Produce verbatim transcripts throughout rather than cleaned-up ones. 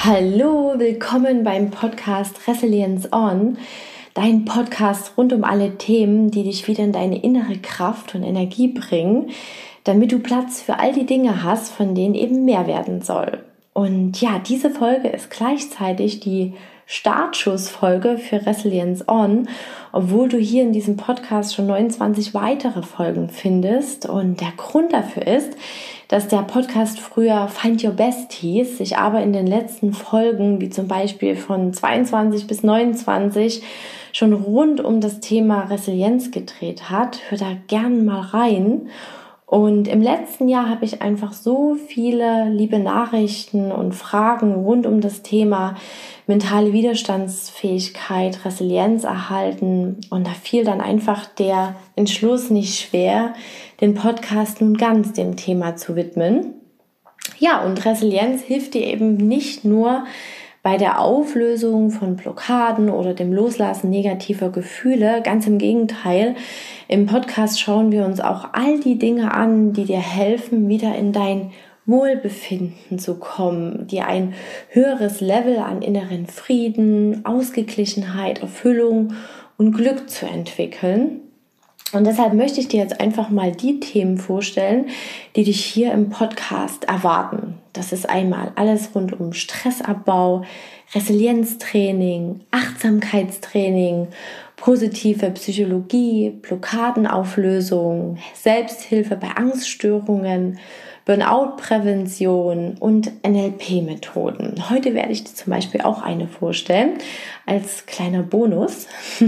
Hallo, willkommen beim Podcast Resilience On, dein Podcast rund um alle Themen, die dich wieder in deine innere Kraft und Energie bringen, damit du Platz für all die Dinge hast, von denen eben mehr werden soll. Und ja, diese Folge ist gleichzeitig die Startschussfolge für Resilience On, obwohl du hier in diesem Podcast schon neunundzwanzig weitere Folgen findest. Und der Grund dafür ist, dass der Podcast früher Find Your Best hieß, sich aber in den letzten Folgen, wie zum Beispiel von zweiundzwanzig bis neunundzwanzig, schon rund um das Thema Resilienz gedreht hat. Hör da gern mal rein. Und im letzten Jahr habe ich einfach so viele liebe Nachrichten und Fragen rund um das Thema mentale Widerstandsfähigkeit, Resilienz erhalten. Und da fiel dann einfach der Entschluss nicht schwer, den Podcast nun ganz dem Thema zu widmen. Ja, und Resilienz hilft dir eben nicht nur bei der Auflösung von Blockaden oder dem Loslassen negativer Gefühle. Ganz im Gegenteil, im Podcast schauen wir uns auch all die Dinge an, die dir helfen, wieder in dein Wohlbefinden zu kommen, dir ein höheres Level an inneren Frieden, Ausgeglichenheit, Erfüllung und Glück zu entwickeln. Und deshalb möchte ich dir jetzt einfach mal die Themen vorstellen, die dich hier im Podcast erwarten. Das ist einmal alles rund um Stressabbau, Resilienztraining, Achtsamkeitstraining, positive Psychologie, Blockadenauflösung, Selbsthilfe bei Angststörungen, Burnout-Prävention und N L P-Methoden. Heute werde ich dir zum Beispiel auch eine vorstellen, als kleiner Bonus.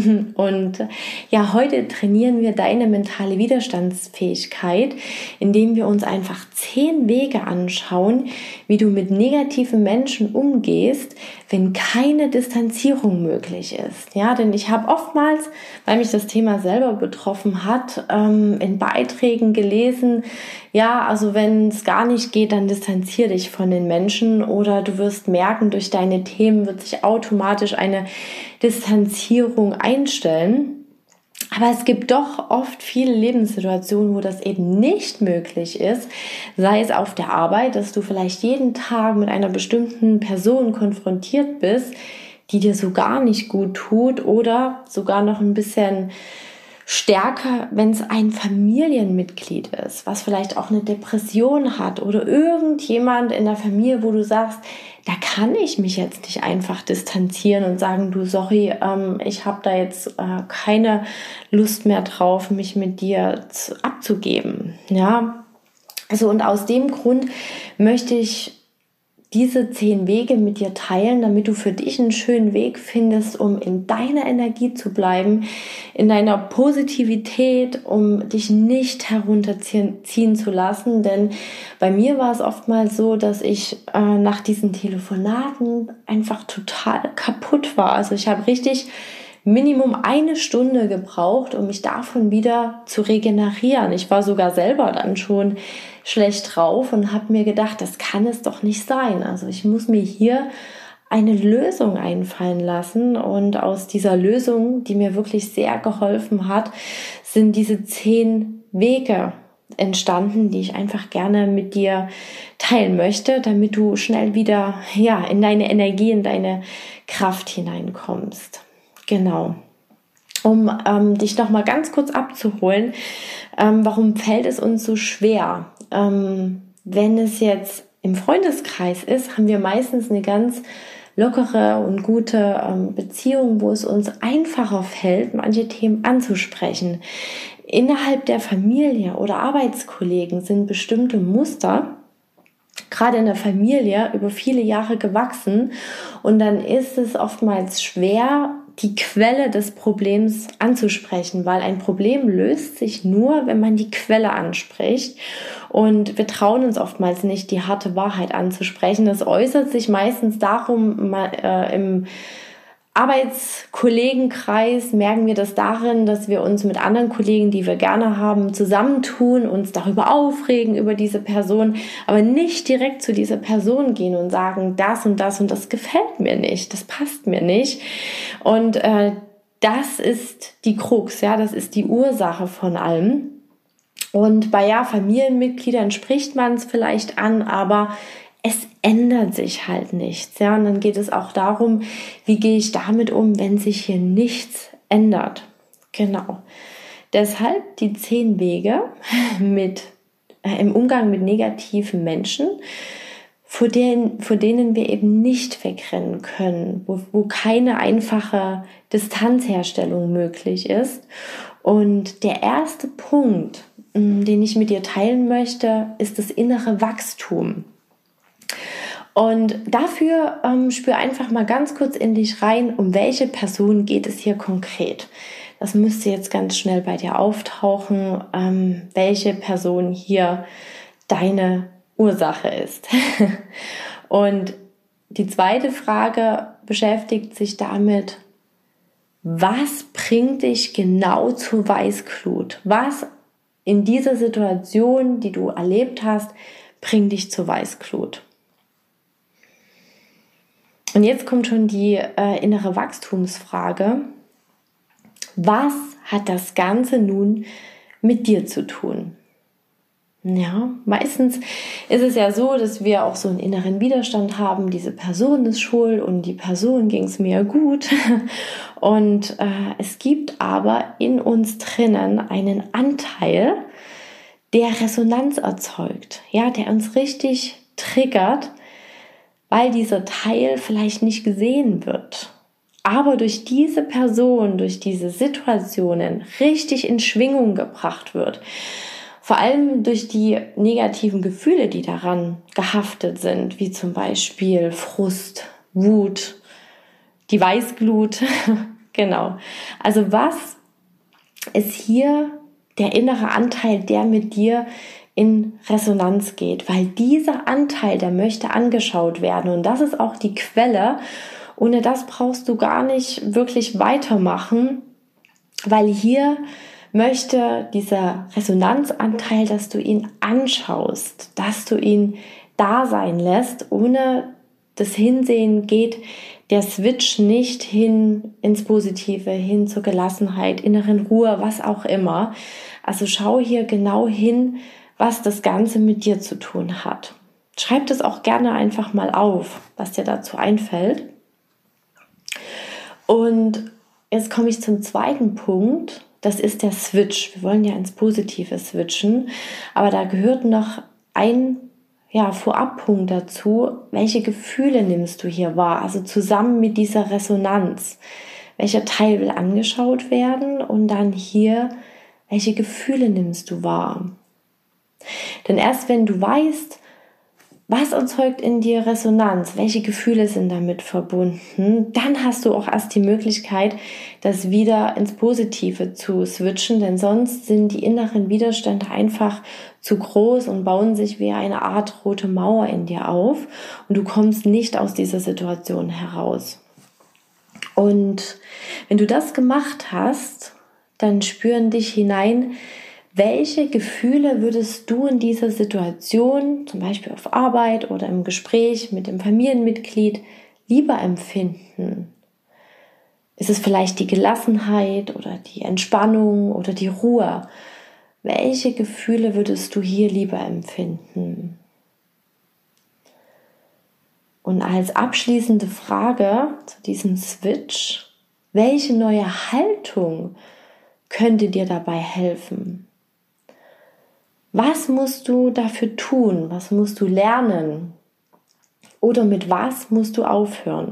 Und ja, heute trainieren wir deine mentale Widerstandsfähigkeit, indem wir uns einfach zehn Wege anschauen, wie du mit negativen Menschen umgehst, wenn keine Distanzierung möglich ist. Ja, denn ich habe oftmals, weil mich das Thema selber betroffen hat, in Beiträgen gelesen, ja, also wenn es gar nicht geht, dann distanziere dich von den Menschen oder du wirst merken, durch deine Themen wird sich automatisch eine Distanzierung einstellen. Aber es gibt doch oft viele Lebenssituationen, wo das eben nicht möglich ist, sei es auf der Arbeit, dass du vielleicht jeden Tag mit einer bestimmten Person konfrontiert bist, die dir so gar nicht gut tut oder sogar noch ein bisschen stärker, wenn es ein Familienmitglied ist, was vielleicht auch eine Depression hat oder irgendjemand in der Familie, wo du sagst, da kann ich mich jetzt nicht einfach distanzieren und sagen, du, sorry, ähm, ich habe da jetzt äh, keine Lust mehr drauf, mich mit dir zu, abzugeben. Ja, also und aus dem Grund möchte ich diese zehn Wege mit dir teilen, damit du für dich einen schönen Weg findest, um in deiner Energie zu bleiben, in deiner Positivität, um dich nicht herunterziehen zu lassen. Denn bei mir war es oftmals so, dass ich äh, nach diesen Telefonaten einfach total kaputt war. Also ich habe richtig Minimum eine Stunde gebraucht, um mich davon wieder zu regenerieren. Ich war sogar selber dann schon schlecht drauf und habe mir gedacht, das kann es doch nicht sein. Also ich muss mir hier eine Lösung einfallen lassen. Und aus dieser Lösung, die mir wirklich sehr geholfen hat, sind diese zehn Wege entstanden, die ich einfach gerne mit dir teilen möchte, damit du schnell wieder ja, in deine Energie, in deine Kraft hineinkommst. Genau. Um ähm, dich noch mal ganz kurz abzuholen, ähm, warum fällt es uns so schwer? Ähm, wenn es jetzt im Freundeskreis ist, haben wir meistens eine ganz lockere und gute ähm, Beziehung, wo es uns einfacher fällt, manche Themen anzusprechen. Innerhalb der Familie oder Arbeitskollegen sind bestimmte Muster, gerade in der Familie, über viele Jahre gewachsen und dann ist es oftmals schwer, die Quelle des Problems anzusprechen, weil ein Problem löst sich nur, wenn man die Quelle anspricht. Und wir trauen uns oftmals nicht, die harte Wahrheit anzusprechen. Das äußert sich meistens darum, äh, im Arbeitskollegenkreis merken wir das darin, dass wir uns mit anderen Kollegen, die wir gerne haben, zusammentun, uns darüber aufregen, über diese Person, aber nicht direkt zu dieser Person gehen und sagen, das und das und das gefällt mir nicht, das passt mir nicht. Und äh, das ist die Krux, ja, das ist die Ursache von allem. Und bei ja, Familienmitgliedern spricht man es vielleicht an, aber es ändert sich halt nichts. Ja? Und dann geht es auch darum, wie gehe ich damit um, wenn sich hier nichts ändert. Genau. Deshalb die zehn Wege mit, äh, im Umgang mit negativen Menschen, vor denen, vor denen wir eben nicht wegrennen können, wo, wo keine einfache Distanzherstellung möglich ist. Und der erste Punkt, den ich mit dir teilen möchte, ist das innere Wachstum. Und dafür ähm, spür einfach mal ganz kurz in dich rein, um welche Person geht es hier konkret. Das müsste jetzt ganz schnell bei dir auftauchen, ähm, welche Person hier deine Ursache ist. Und die zweite Frage beschäftigt sich damit, was bringt dich genau zur Weißglut? Was in dieser Situation, die du erlebt hast, bringt dich zur Weißglut? Und jetzt kommt schon die äh, innere Wachstumsfrage. Was hat das Ganze nun mit dir zu tun? Ja, meistens ist es ja so, dass wir auch so einen inneren Widerstand haben, diese Person ist schuld und die Person ging es mir gut. Und äh, es gibt aber in uns drinnen einen Anteil, der Resonanz erzeugt, ja, der uns richtig triggert, weil dieser Teil vielleicht nicht gesehen wird, aber durch diese Person, durch diese Situationen richtig in Schwingung gebracht wird. Vor allem durch die negativen Gefühle, die daran gehaftet sind, wie zum Beispiel Frust, Wut, die Weißglut. Genau. Also was ist hier der innere Anteil, der mit dir in Resonanz geht? Weil dieser Anteil, der möchte angeschaut werden. Und das ist auch die Quelle. Ohne das brauchst du gar nicht wirklich weitermachen, weil hier möchte dieser Resonanzanteil, dass du ihn anschaust, dass du ihn da sein lässt. Ohne das Hinsehen geht der Switch nicht hin ins Positive, hin zur Gelassenheit, inneren Ruhe, was auch immer. Also schau hier genau hin, was das Ganze mit dir zu tun hat. Schreib das auch gerne einfach mal auf, was dir dazu einfällt. Und jetzt komme ich zum zweiten Punkt. Das ist der Switch. Wir wollen ja ins Positive switchen, aber da gehört noch ein ja, Vorabpunkt dazu. Welche Gefühle nimmst du hier wahr? Also zusammen mit dieser Resonanz. Welcher Teil will angeschaut werden? Und dann hier, welche Gefühle nimmst du wahr? Denn erst wenn du weißt, was erzeugt in dir Resonanz? Welche Gefühle sind damit verbunden? Dann hast du auch erst die Möglichkeit, das wieder ins Positive zu switchen, denn sonst sind die inneren Widerstände einfach zu groß und bauen sich wie eine Art rote Mauer in dir auf und du kommst nicht aus dieser Situation heraus. Und wenn du das gemacht hast, dann spüren dich hinein, welche Gefühle würdest du in dieser Situation, zum Beispiel auf Arbeit oder im Gespräch mit dem Familienmitglied, lieber empfinden? Ist es vielleicht die Gelassenheit oder die Entspannung oder die Ruhe? Welche Gefühle würdest du hier lieber empfinden? Und als abschließende Frage zu diesem Switch, welche neue Haltung könnte dir dabei helfen? Was musst du dafür tun? Was musst du lernen? Oder mit was musst du aufhören?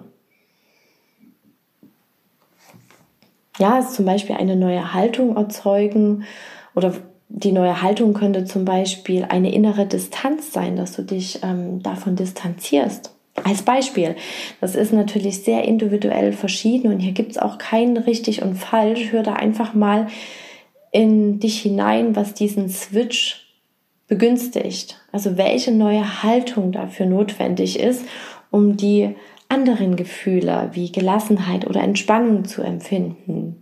Ja, es zum Beispiel eine neue Haltung erzeugen oder die neue Haltung könnte zum Beispiel eine innere Distanz sein, dass du dich ähm, davon distanzierst. Als Beispiel, das ist natürlich sehr individuell verschieden und hier gibt es auch kein richtig und falsch. Hör da einfach mal in dich hinein, was diesen Switch begünstigt. Also welche neue Haltung dafür notwendig ist, um die anderen Gefühle wie Gelassenheit oder Entspannung zu empfinden.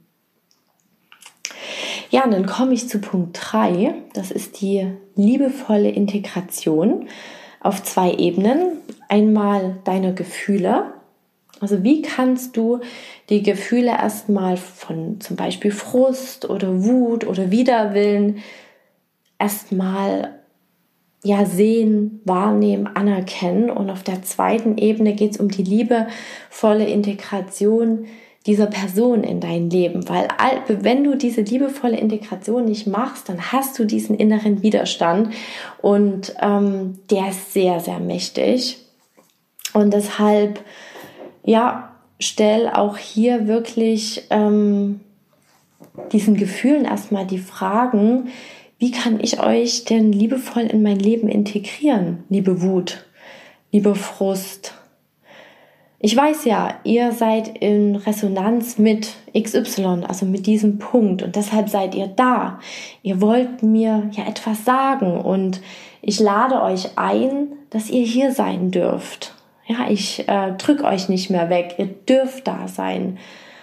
Ja, und dann komme ich zu Punkt drei. Das ist die liebevolle Integration auf zwei Ebenen. Einmal deine Gefühle. Also wie kannst du die Gefühle erstmal von zum Beispiel Frust oder Wut oder Widerwillen erstmal ja, sehen, wahrnehmen, anerkennen. Und auf der zweiten Ebene geht es um die liebevolle Integration dieser Person in dein Leben. Weil wenn du diese liebevolle Integration nicht machst, dann hast du diesen inneren Widerstand und ähm, der ist sehr, sehr mächtig. Und deshalb, ja, stell auch hier wirklich ähm, diesen Gefühlen erstmal die Fragen: Wie kann ich euch denn liebevoll in mein Leben integrieren? Liebe Wut, liebe Frust. Ich weiß ja, ihr seid in Resonanz mit X Y, also mit diesem Punkt, und deshalb seid ihr da. Ihr wollt mir ja etwas sagen und ich lade euch ein, dass ihr hier sein dürft. Ja, ich äh, drücke euch nicht mehr weg. Ihr dürft da sein.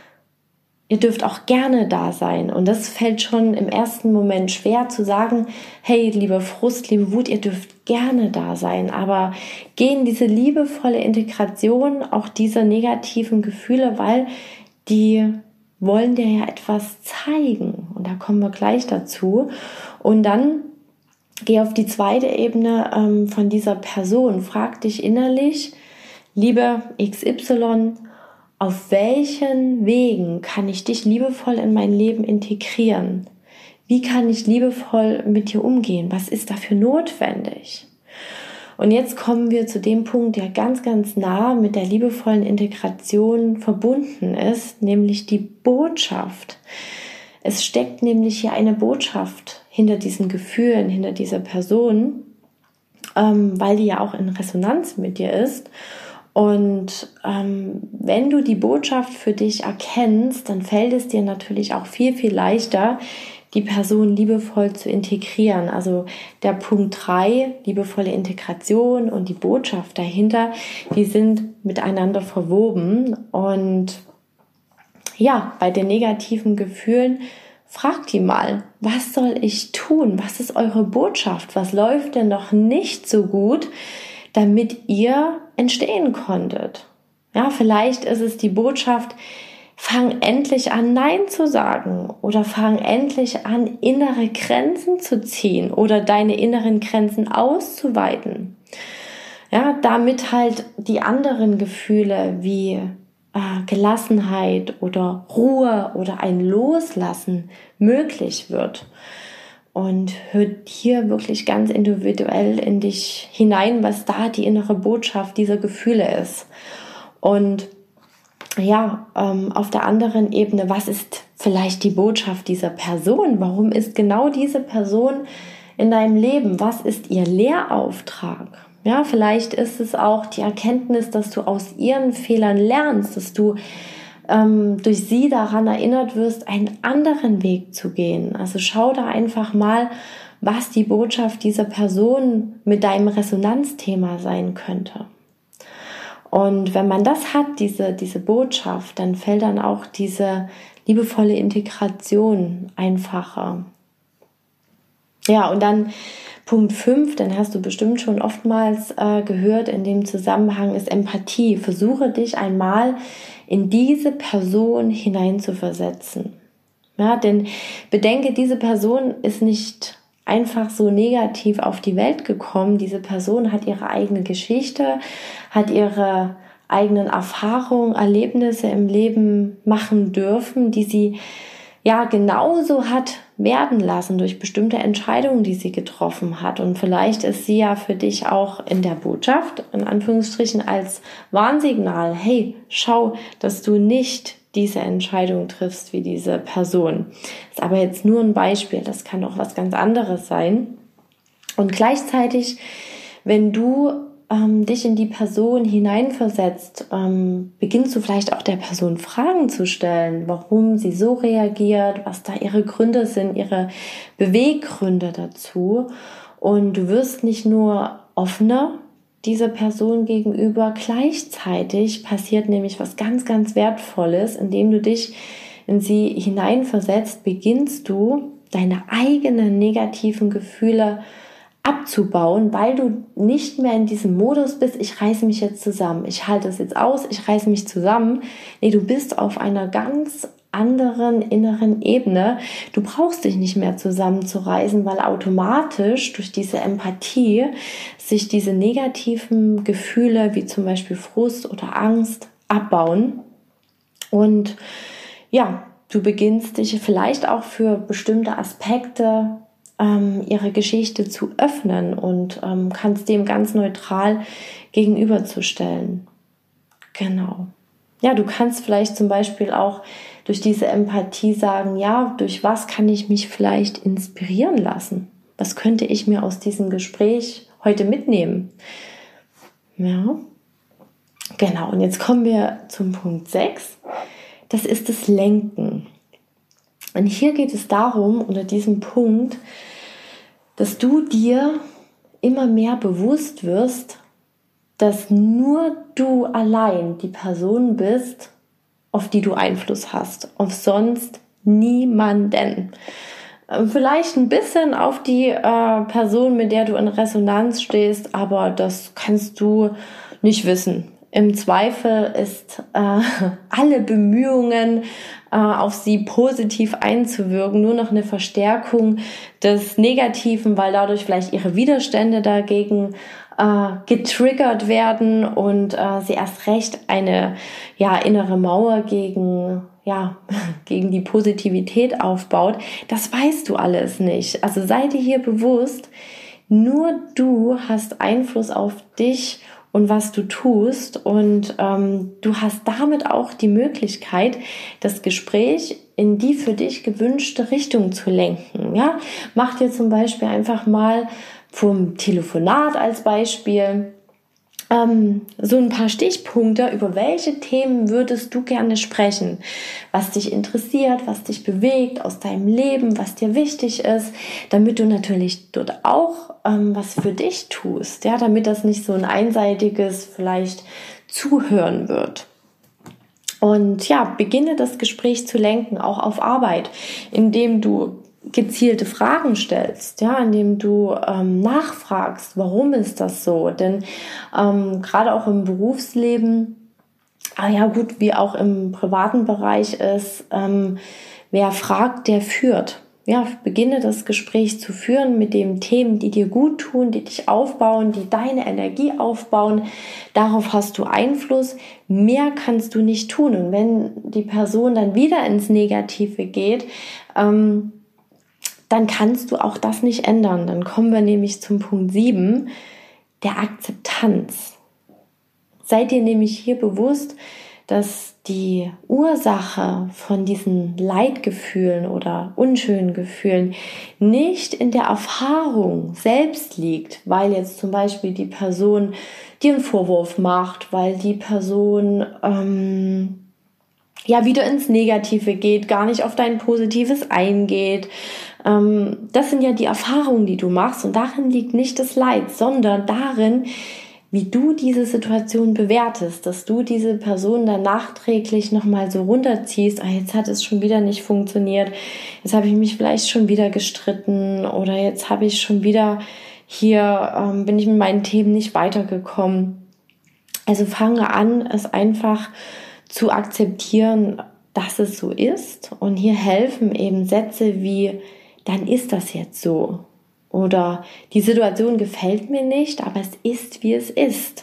Ihr dürft auch gerne da sein. Und das fällt schon im ersten Moment schwer zu sagen: Hey, liebe Frust, liebe Wut, ihr dürft gerne da sein. Aber geh in diese liebevolle Integration auch dieser negativen Gefühle, weil die wollen dir ja etwas zeigen. Und da kommen wir gleich dazu. Und dann geh auf die zweite Ebene ähm, von dieser Person. Frag dich innerlich: Liebe X Y, auf welchen Wegen kann ich dich liebevoll in mein Leben integrieren? Wie kann ich liebevoll mit dir umgehen? Was ist dafür notwendig? Und jetzt kommen wir zu dem Punkt, der ganz, ganz nah mit der liebevollen Integration verbunden ist, nämlich die Botschaft. Es steckt nämlich hier eine Botschaft hinter diesen Gefühlen, hinter dieser Person, ähm, weil die ja auch in Resonanz mit dir ist. Und ähm, wenn du die Botschaft für dich erkennst, dann fällt es dir natürlich auch viel, viel leichter, die Person liebevoll zu integrieren. Also der Punkt drei, liebevolle Integration, und die Botschaft dahinter, die sind miteinander verwoben. Und ja, bei den negativen Gefühlen, fragt die mal: Was soll ich tun? Was ist eure Botschaft? Was läuft denn noch nicht so gut, damit ihr entstehen konntet? Ja, vielleicht ist es die Botschaft: Fang endlich an, Nein zu sagen, oder fang endlich an, innere Grenzen zu ziehen oder deine inneren Grenzen auszuweiten. Ja, damit halt die anderen Gefühle wie äh, Gelassenheit oder Ruhe oder ein Loslassen möglich wird. Und hört hier wirklich ganz individuell in dich hinein, was da die innere Botschaft dieser Gefühle ist. Und ja, ähm, auf der anderen Ebene, was ist vielleicht die Botschaft dieser Person? Warum ist genau diese Person in deinem Leben? Was ist ihr Lehrauftrag? Ja, vielleicht ist es auch die Erkenntnis, dass du aus ihren Fehlern lernst, dass du ähm, durch sie daran erinnert wirst, einen anderen Weg zu gehen. Also schau da einfach mal, was die Botschaft dieser Person mit deinem Resonanzthema sein könnte. Und wenn man das hat, diese, diese Botschaft, dann fällt dann auch diese liebevolle Integration einfacher. Ja, und dann Punkt fünf, den hast du bestimmt schon oftmals äh, gehört in dem Zusammenhang, ist Empathie. Versuche dich einmal in diese Person hineinzuversetzen. Ja, denn bedenke, diese Person ist nicht einfach so negativ auf die Welt gekommen. Diese Person hat ihre eigene Geschichte, hat ihre eigenen Erfahrungen, Erlebnisse im Leben machen dürfen, die sie ja genauso hat werden lassen durch bestimmte Entscheidungen, die sie getroffen hat. Und vielleicht ist sie ja für dich auch in der Botschaft, in Anführungsstrichen, als Warnsignal: Hey, schau, dass du nicht diese Entscheidung triffst wie diese Person. Ist aber jetzt nur ein Beispiel, das kann auch was ganz anderes sein. Und gleichzeitig, wenn du ähm, dich in die Person hineinversetzt, ähm, beginnst du vielleicht auch der Person Fragen zu stellen, warum sie so reagiert, was da ihre Gründe sind, ihre Beweggründe dazu. Und du wirst nicht nur offener dieser Person gegenüber, gleichzeitig passiert nämlich was ganz, ganz Wertvolles, indem du dich in sie hineinversetzt, beginnst du deine eigenen negativen Gefühle abzubauen, weil du nicht mehr in diesem Modus bist: Ich reiße mich jetzt zusammen, ich halte es jetzt aus, ich reiße mich zusammen. Nee, du bist auf einer ganz anderen inneren Ebene. Du brauchst dich nicht mehr zusammenzureißen, weil automatisch durch diese Empathie sich diese negativen Gefühle wie zum Beispiel Frust oder Angst abbauen. Und ja, du beginnst dich vielleicht auch für bestimmte Aspekte ähm, ihrer Geschichte zu öffnen und ähm, kannst dem ganz neutral gegenüberzustellen. Genau. Ja, du kannst vielleicht zum Beispiel auch durch diese Empathie sagen, ja, durch was kann ich mich vielleicht inspirieren lassen? Was könnte ich mir aus diesem Gespräch heute mitnehmen? Ja, genau. Und jetzt kommen wir zum Punkt sechs. Das ist das Lenken. Und hier geht es darum, unter diesem Punkt, dass du dir immer mehr bewusst wirst, dass nur du allein die Person bist, auf die du Einfluss hast, auf sonst niemanden. Vielleicht ein bisschen auf die äh, Person, mit der du in Resonanz stehst, aber das kannst du nicht wissen. Im Zweifel ist äh, alle Bemühungen, äh, auf sie positiv einzuwirken, nur noch eine Verstärkung des Negativen, weil dadurch vielleicht ihre Widerstände dagegen äh, getriggert werden und äh, sie erst recht eine ja, innere Mauer gegen, ja, gegen die Positivität aufbaut. Das weißt du alles nicht. Also sei dir hier bewusst, nur du hast Einfluss auf dich und was du tust, und ähm, du hast damit auch die Möglichkeit, das Gespräch in die für dich gewünschte Richtung zu lenken. Ja? Mach dir zum Beispiel einfach mal vom Telefonat als Beispiel ähm, so ein paar Stichpunkte, über welche Themen würdest du gerne sprechen, was dich interessiert, was dich bewegt aus deinem Leben, was dir wichtig ist, damit du natürlich dort auch ähm, was für dich tust, ja, damit das nicht so ein einseitiges vielleicht Zuhören wird. Und ja, beginne das Gespräch zu lenken, auch auf Arbeit, indem du gezielte Fragen stellst, ja, indem du ähm, nachfragst, warum ist das so? Denn ähm, gerade auch im Berufsleben, ah ja gut, wie auch im privaten Bereich ist, ähm, wer fragt, der führt. Ja, beginne das Gespräch zu führen mit den Themen, die dir gut tun, die dich aufbauen, die deine Energie aufbauen. Darauf hast du Einfluss. Mehr kannst du nicht tun. Und wenn die Person dann wieder ins Negative geht, ähm, dann kannst du auch das nicht ändern. Dann kommen wir nämlich zum Punkt sieben, der Akzeptanz. Sei dir nämlich hier bewusst, dass die Ursache von diesen Leidgefühlen oder unschönen Gefühlen nicht in der Erfahrung selbst liegt, weil jetzt zum Beispiel die Person dir einen Vorwurf macht, weil die Person ähm, ja wieder ins Negative geht, gar nicht auf dein Positives eingeht. Ähm, das sind ja die Erfahrungen, die du machst, und darin liegt nicht das Leid, sondern darin, wie du diese Situation bewertest, dass du diese Person dann nachträglich nochmal so runterziehst, ah, jetzt hat es schon wieder nicht funktioniert, jetzt habe ich mich vielleicht schon wieder gestritten oder jetzt habe ich schon wieder hier, ähm, bin ich mit meinen Themen nicht weitergekommen. Also fange an, es einfach zu akzeptieren, dass es so ist, und hier helfen eben Sätze wie, dann ist das jetzt so. Oder die Situation gefällt mir nicht, aber es ist, wie es ist.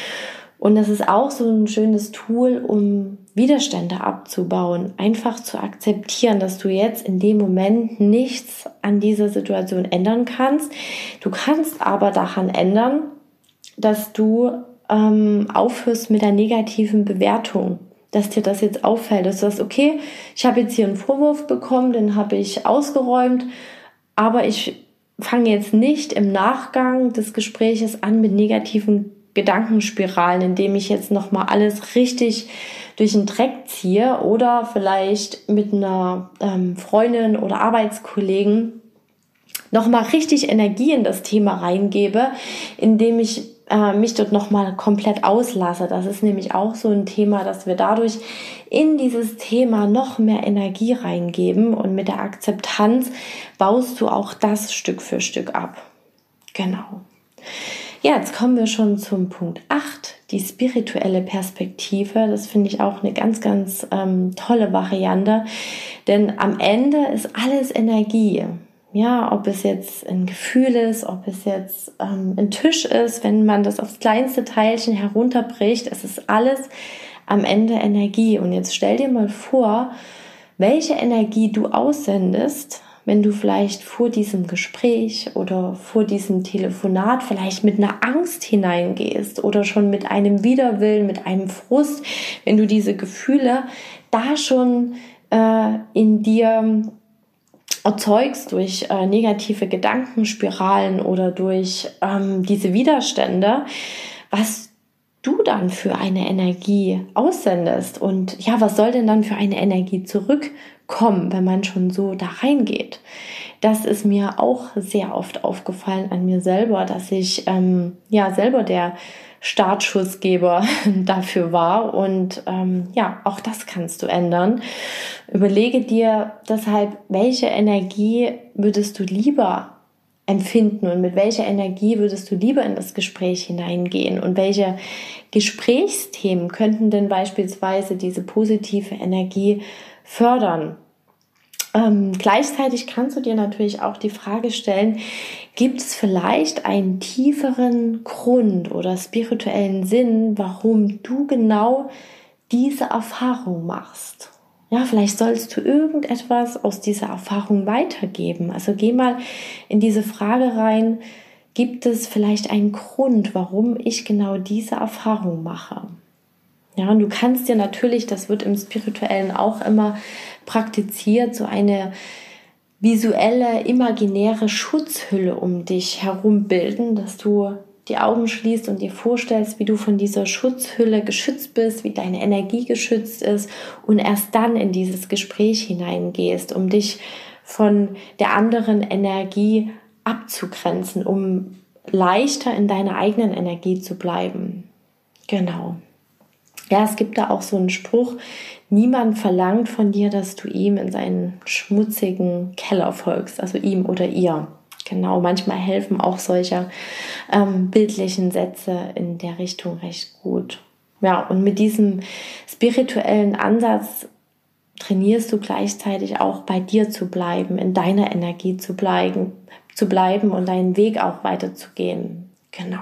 Und das ist auch so ein schönes Tool, um Widerstände abzubauen. Einfach zu akzeptieren, dass du jetzt in dem Moment nichts an dieser Situation ändern kannst. Du kannst aber daran ändern, dass du ähm, aufhörst mit der negativen Bewertung. Dass dir das jetzt auffällt, dass du sagst, okay, ich habe jetzt hier einen Vorwurf bekommen, den habe ich ausgeräumt, aber ich fange jetzt nicht im Nachgang des Gespräches an mit negativen Gedankenspiralen, indem ich jetzt nochmal alles richtig durch den Dreck ziehe oder vielleicht mit einer ähm, Freundin oder Arbeitskollegen nochmal richtig Energie in das Thema reingebe, indem ich äh, mich dort nochmal komplett auslasse. Das ist nämlich auch so ein Thema, dass wir dadurch in dieses Thema noch mehr Energie reingeben, und mit der Akzeptanz baust du auch das Stück für Stück ab. Genau. Ja, jetzt kommen wir schon zum Punkt acht, die spirituelle Perspektive. Das finde ich auch eine ganz, ganz ähm, tolle Variante, denn am Ende ist alles Energie. Ja, ob es jetzt ein Gefühl ist, ob es jetzt ähm, ein Tisch ist, wenn man das aufs kleinste Teilchen herunterbricht, es ist alles am Ende Energie. Und jetzt stell dir mal vor, welche Energie du aussendest, wenn du vielleicht vor diesem Gespräch oder vor diesem Telefonat vielleicht mit einer Angst hineingehst oder schon mit einem Widerwillen, mit einem Frust, wenn du diese Gefühle da schon äh, in dir erzeugst durch äh, negative Gedankenspiralen oder durch ähm, diese Widerstände, was du dann für eine Energie aussendest und ja, was soll denn dann für eine Energie zurückkommen, wenn man schon so da reingeht? Das ist mir auch sehr oft aufgefallen an mir selber, dass ich ähm, ja selber der Startschussgeber dafür war und ähm, ja, auch das kannst du ändern. Überlege dir deshalb, welche Energie würdest du lieber empfinden und mit welcher Energie würdest du lieber in das Gespräch hineingehen und welche Gesprächsthemen könnten denn beispielsweise diese positive Energie fördern. Ähm, gleichzeitig kannst du dir natürlich auch die Frage stellen, gibt es vielleicht einen tieferen Grund oder spirituellen Sinn, warum du genau diese Erfahrung machst? Ja, vielleicht sollst du irgendetwas aus dieser Erfahrung weitergeben. Also geh mal in diese Frage rein, gibt es vielleicht einen Grund, warum ich genau diese Erfahrung mache? Ja, und du kannst dir natürlich, das wird im Spirituellen auch immer praktiziert, so eine visuelle, imaginäre Schutzhülle um dich herum bilden, dass du die Augen schließt und dir vorstellst, wie du von dieser Schutzhülle geschützt bist, wie deine Energie geschützt ist und erst dann in dieses Gespräch hineingehst, um dich von der anderen Energie abzugrenzen, um leichter in deiner eigenen Energie zu bleiben. Genau. Ja, es gibt da auch so einen Spruch, niemand verlangt von dir, dass du ihm in seinen schmutzigen Keller folgst, also ihm oder ihr. Genau, manchmal helfen auch solche ähm, bildlichen Sätze in der Richtung recht gut. Ja, und mit diesem spirituellen Ansatz trainierst du gleichzeitig auch bei dir zu bleiben, in deiner Energie zu bleiben, zu bleiben und deinen Weg auch weiterzugehen. Genau.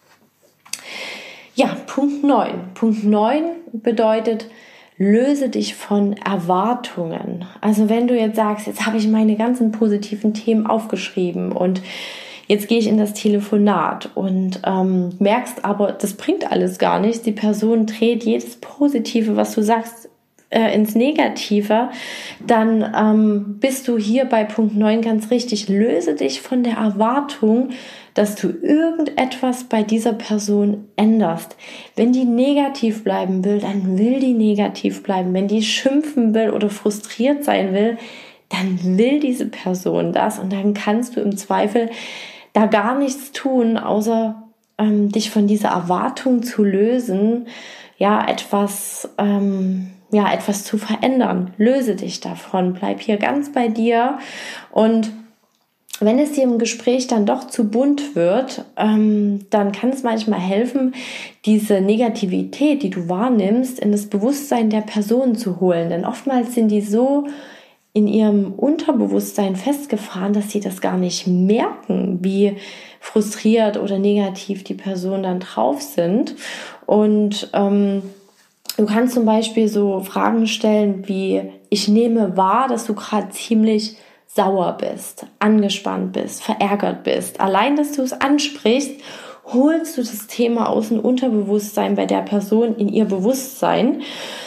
Ja, Punkt neun. Punkt neun bedeutet, löse dich von Erwartungen. Also wenn du jetzt sagst, jetzt habe ich meine ganzen positiven Themen aufgeschrieben und jetzt gehe ich in das Telefonat und ähm, merkst aber, das bringt alles gar nichts. Die Person dreht jedes Positive, was du sagst, äh, ins Negative, dann ähm, bist du hier bei Punkt neun ganz richtig. Löse dich von der Erwartung, dass du irgendetwas bei dieser Person änderst. Wenn die negativ bleiben will, dann will die negativ bleiben. Wenn die schimpfen will oder frustriert sein will, dann will diese Person das und dann kannst du im Zweifel da gar nichts tun, außer ähm, dich von dieser Erwartung zu lösen, ja, etwas, ähm, ja, etwas zu verändern. Löse dich davon, bleib hier ganz bei dir und wenn es dir im Gespräch dann doch zu bunt wird, ähm, dann kann es manchmal helfen, diese Negativität, die du wahrnimmst, in das Bewusstsein der Person zu holen. Denn oftmals sind die so in ihrem Unterbewusstsein festgefahren, dass sie das gar nicht merken, wie frustriert oder negativ die Personen dann drauf sind. Und ähm, du kannst zum Beispiel so Fragen stellen wie, ich nehme wahr, dass du gerade ziemlich sauer bist, angespannt bist, verärgert bist. Allein, dass du es ansprichst, holst du das Thema aus dem Unterbewusstsein bei der Person in ihr Bewusstsein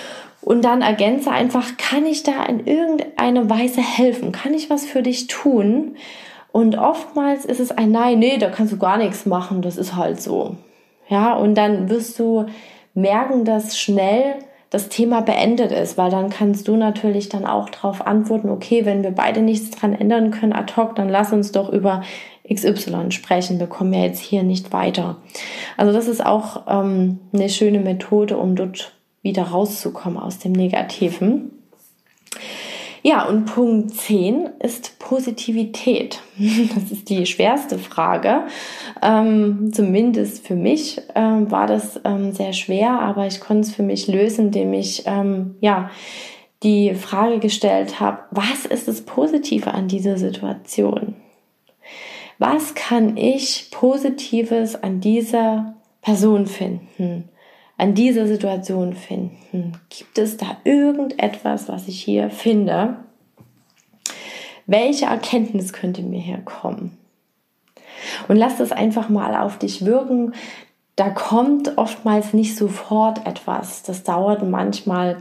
und dann ergänze einfach, kann ich da in irgendeiner Weise helfen? Kann ich was für dich tun? Und oftmals ist es ein Nein, nee, da kannst du gar nichts machen, das ist halt so. Ja, und dann wirst du merken, dass schnell das Thema beendet ist, weil dann kannst du natürlich dann auch darauf antworten, okay, wenn wir beide nichts dran ändern können ad hoc, dann lass uns doch über X Y sprechen, wir kommen ja jetzt hier nicht weiter. Also das ist auch ähm, eine schöne Methode, um dort wieder rauszukommen aus dem Negativen. Ja, und Punkt zehn ist Positivität. Das ist die schwerste Frage. Ähm, zumindest für mich ähm, war das ähm, sehr schwer, aber ich konnte es für mich lösen, indem ich ähm, ja, die Frage gestellt habe, was ist das Positive an dieser Situation? Was kann ich Positives an dieser Person finden? An dieser Situation finden? Gibt es da irgendetwas, was ich hier finde? Welche Erkenntnis könnte mir herkommen? Und lass das einfach mal auf dich wirken. Da kommt oftmals nicht sofort etwas. Das dauert manchmal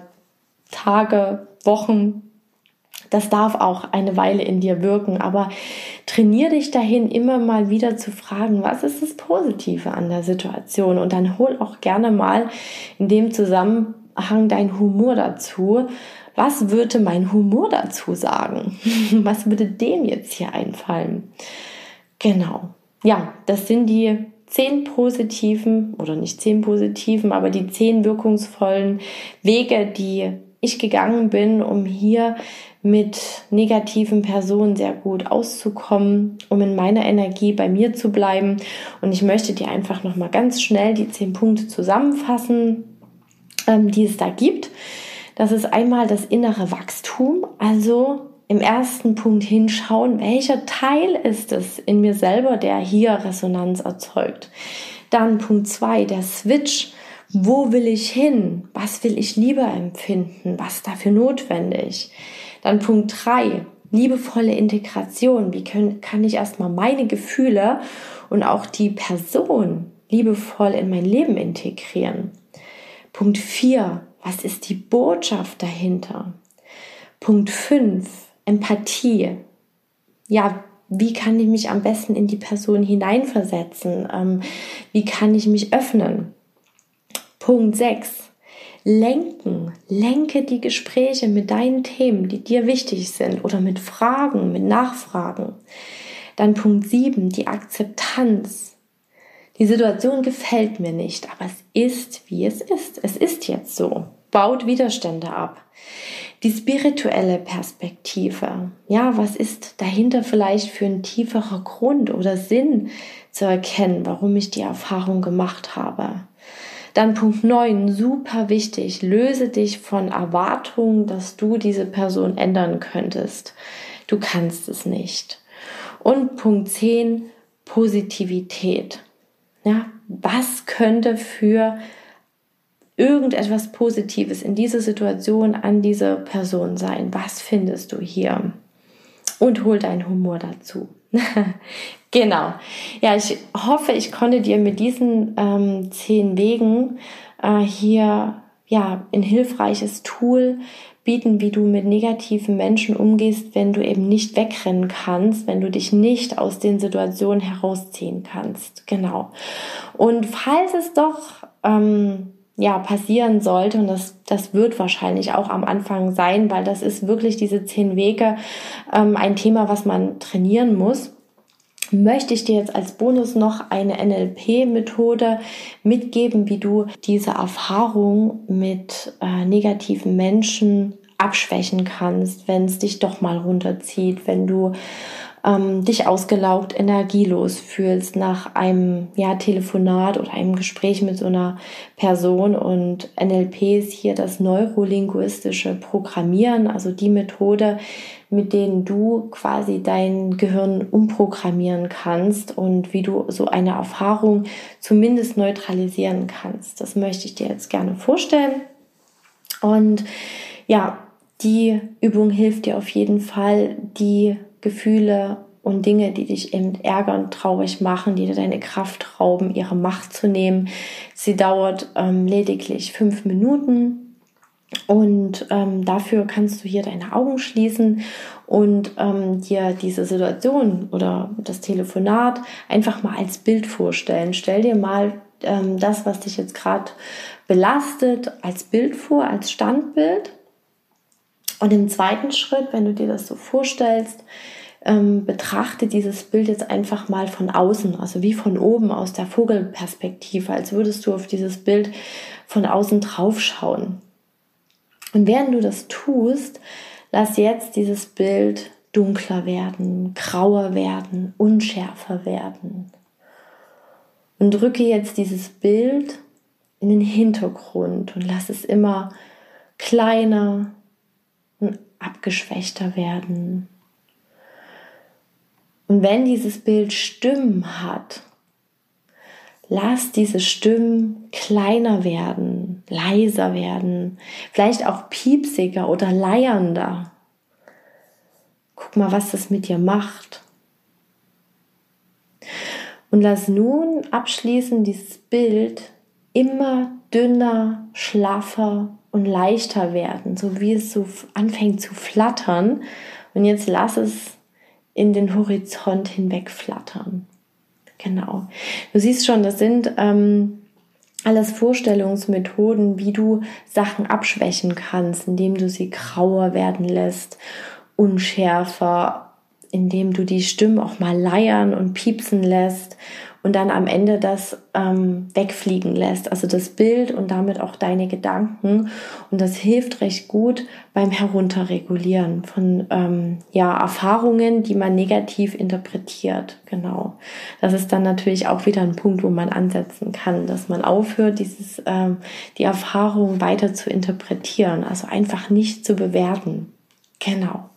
Tage, Wochen. Das darf auch eine Weile in dir wirken, aber trainier dich dahin, immer mal wieder zu fragen, was ist das Positive an der Situation? Und dann hol auch gerne mal in dem Zusammenhang deinen Humor dazu. Was würde mein Humor dazu sagen? Was würde dem jetzt hier einfallen? Genau. Ja, das sind die zehn positiven, oder nicht zehn positiven, aber die zehn wirkungsvollen Wege, die ich gegangen bin, um hier mit negativen Personen sehr gut auszukommen, um in meiner Energie bei mir zu bleiben. Und ich möchte dir einfach nochmal ganz schnell die zehn Punkte zusammenfassen, ähm, die es da gibt. Das ist einmal das innere Wachstum, also im ersten Punkt hinschauen, welcher Teil ist es in mir selber, der hier Resonanz erzeugt. Dann Punkt zwei, der Switch. Wo will ich hin? Was will ich lieber empfinden? Was ist dafür notwendig? Dann Punkt drei, liebevolle Integration. Wie können, kann ich erstmal meine Gefühle und auch die Person liebevoll in mein Leben integrieren? Punkt vier, was ist die Botschaft dahinter? Punkt fünf, Empathie. Ja, wie kann ich mich am besten in die Person hineinversetzen? Ähm, wie kann ich mich öffnen? Punkt sechs. Lenken. Lenke die Gespräche mit deinen Themen, die dir wichtig sind, oder mit Fragen, mit Nachfragen. Dann Punkt sieben. Die Akzeptanz. Die Situation gefällt mir nicht, aber es ist, wie es ist. Es ist jetzt so. Baut Widerstände ab. Die spirituelle Perspektive. Ja, was ist dahinter vielleicht für ein tieferer Grund oder Sinn zu erkennen, warum ich die Erfahrung gemacht habe? Dann Punkt neun, super wichtig, löse dich von Erwartungen, dass du diese Person ändern könntest. Du kannst es nicht. Und Punkt zehn, Positivität. Ja, was könnte für irgendetwas Positives in dieser Situation an dieser Person sein? Was findest du hier? Und hol deinen Humor dazu. Genau. Ja, ich hoffe, ich konnte dir mit diesen ähm, zehn Wegen äh, hier ja ein hilfreiches Tool bieten, wie du mit negativen Menschen umgehst, wenn du eben nicht wegrennen kannst, wenn du dich nicht aus den Situationen herausziehen kannst. Genau. Und falls es doch ähm, ja passieren sollte, und das das wird wahrscheinlich auch am Anfang sein, weil das ist wirklich diese zehn Wege ähm, ein Thema, was man trainieren muss, möchte ich dir jetzt als Bonus noch eine N L P-Methode mitgeben, wie du diese Erfahrung mit äh, negativen Menschen abschwächen kannst, wenn es dich doch mal runterzieht, wenn du ähm, dich ausgelaugt, energielos fühlst nach einem ja, Telefonat oder einem Gespräch mit so einer Person. Und N L P ist hier das neurolinguistische Programmieren, also die Methode, mit denen du quasi dein Gehirn umprogrammieren kannst und wie du so eine Erfahrung zumindest neutralisieren kannst. Das möchte ich dir jetzt gerne vorstellen. Und ja, die Übung hilft dir auf jeden Fall, die Gefühle und Dinge, die dich eben ärgern, traurig machen, die dir deine Kraft rauben, ihre Macht zu nehmen. Sie dauert ähm, lediglich fünf Minuten. Und ähm, dafür kannst du hier deine Augen schließen und ähm, dir diese Situation oder das Telefonat einfach mal als Bild vorstellen. Stell dir mal ähm, das, was dich jetzt gerade belastet, als Bild vor, als Standbild. Und im zweiten Schritt, wenn du dir das so vorstellst, ähm, betrachte dieses Bild jetzt einfach mal von außen, also wie von oben aus der Vogelperspektive, als würdest du auf dieses Bild von außen drauf schauen. Und während du das tust, lass jetzt dieses Bild dunkler werden, grauer werden, unschärfer werden. Und drücke jetzt dieses Bild in den Hintergrund und lass es immer kleiner und abgeschwächter werden. Und wenn dieses Bild Stimmen hat, lass diese Stimmen kleiner werden, leiser werden, vielleicht auch piepsiger oder leiernder. Guck mal, was das mit dir macht. Und lass nun abschließend dieses Bild immer dünner, schlaffer und leichter werden, so wie es so anfängt zu flattern. Und jetzt lass es in den Horizont hinweg flattern. Genau. Du siehst schon, das sind ähm, alles Vorstellungsmethoden, wie du Sachen abschwächen kannst, indem du sie grauer werden lässt, unschärfer, indem du die Stimmen auch mal leiern und piepsen lässt und dann am Ende das ähm, wegfliegen lässt, also das Bild und damit auch deine Gedanken. Und das hilft recht gut beim Herunterregulieren von ähm, ja, Erfahrungen, die man negativ interpretiert. Genau. Das ist dann natürlich auch wieder ein Punkt, wo man ansetzen kann, dass man aufhört, dieses ähm, die Erfahrung weiter zu interpretieren, also einfach nicht zu bewerten. Genau.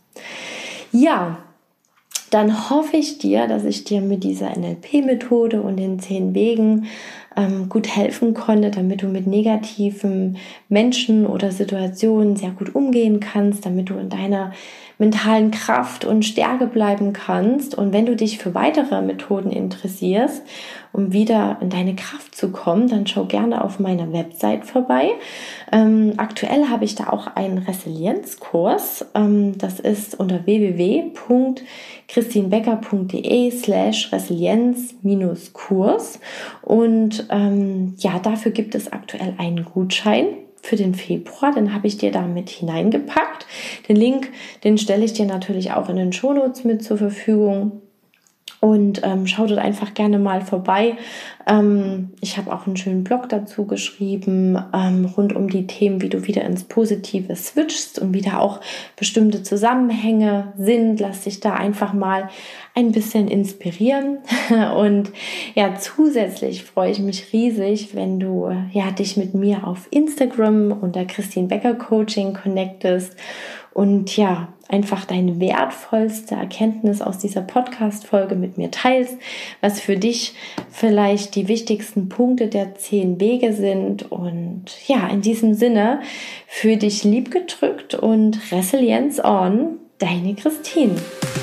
Ja, dann hoffe ich dir, dass ich dir mit dieser N L P-Methode und den zehn Wegen ähm, gut helfen konnte, damit du mit negativen Menschen oder Situationen sehr gut umgehen kannst, damit du in deiner mentalen Kraft und Stärke bleiben kannst. Und wenn du dich für weitere Methoden interessierst, um wieder in deine Kraft zu kommen, dann schau gerne auf meiner Website vorbei. Ähm, aktuell habe ich da auch einen Resilienzkurs. Ähm, das ist unter w w w punkt christinbecker punkt de slash resilienz minus Kurs. Und ähm, ja, dafür gibt es aktuell einen Gutschein für den Februar, den habe ich dir da mit hineingepackt. Den Link, den stelle ich dir natürlich auch in den Shownotes mit zur Verfügung. Und ähm, schau dort einfach gerne mal vorbei. Ähm, ich habe auch einen schönen Blog dazu geschrieben, ähm, rund um die Themen, wie du wieder ins Positive switchst und wie da auch bestimmte Zusammenhänge sind. Lass dich da einfach mal ein bisschen inspirieren. Und ja, zusätzlich freue ich mich riesig, wenn du ja, dich mit mir auf Instagram unter Christine Becker Coaching connectest und ja, einfach deine wertvollste Erkenntnis aus dieser Podcast-Folge mit mir teilst, was für dich vielleicht die wichtigsten Punkte der zehn Wege sind. Und ja, in diesem Sinne, für dich lieb gedrückt und Resilienz on, deine Christine.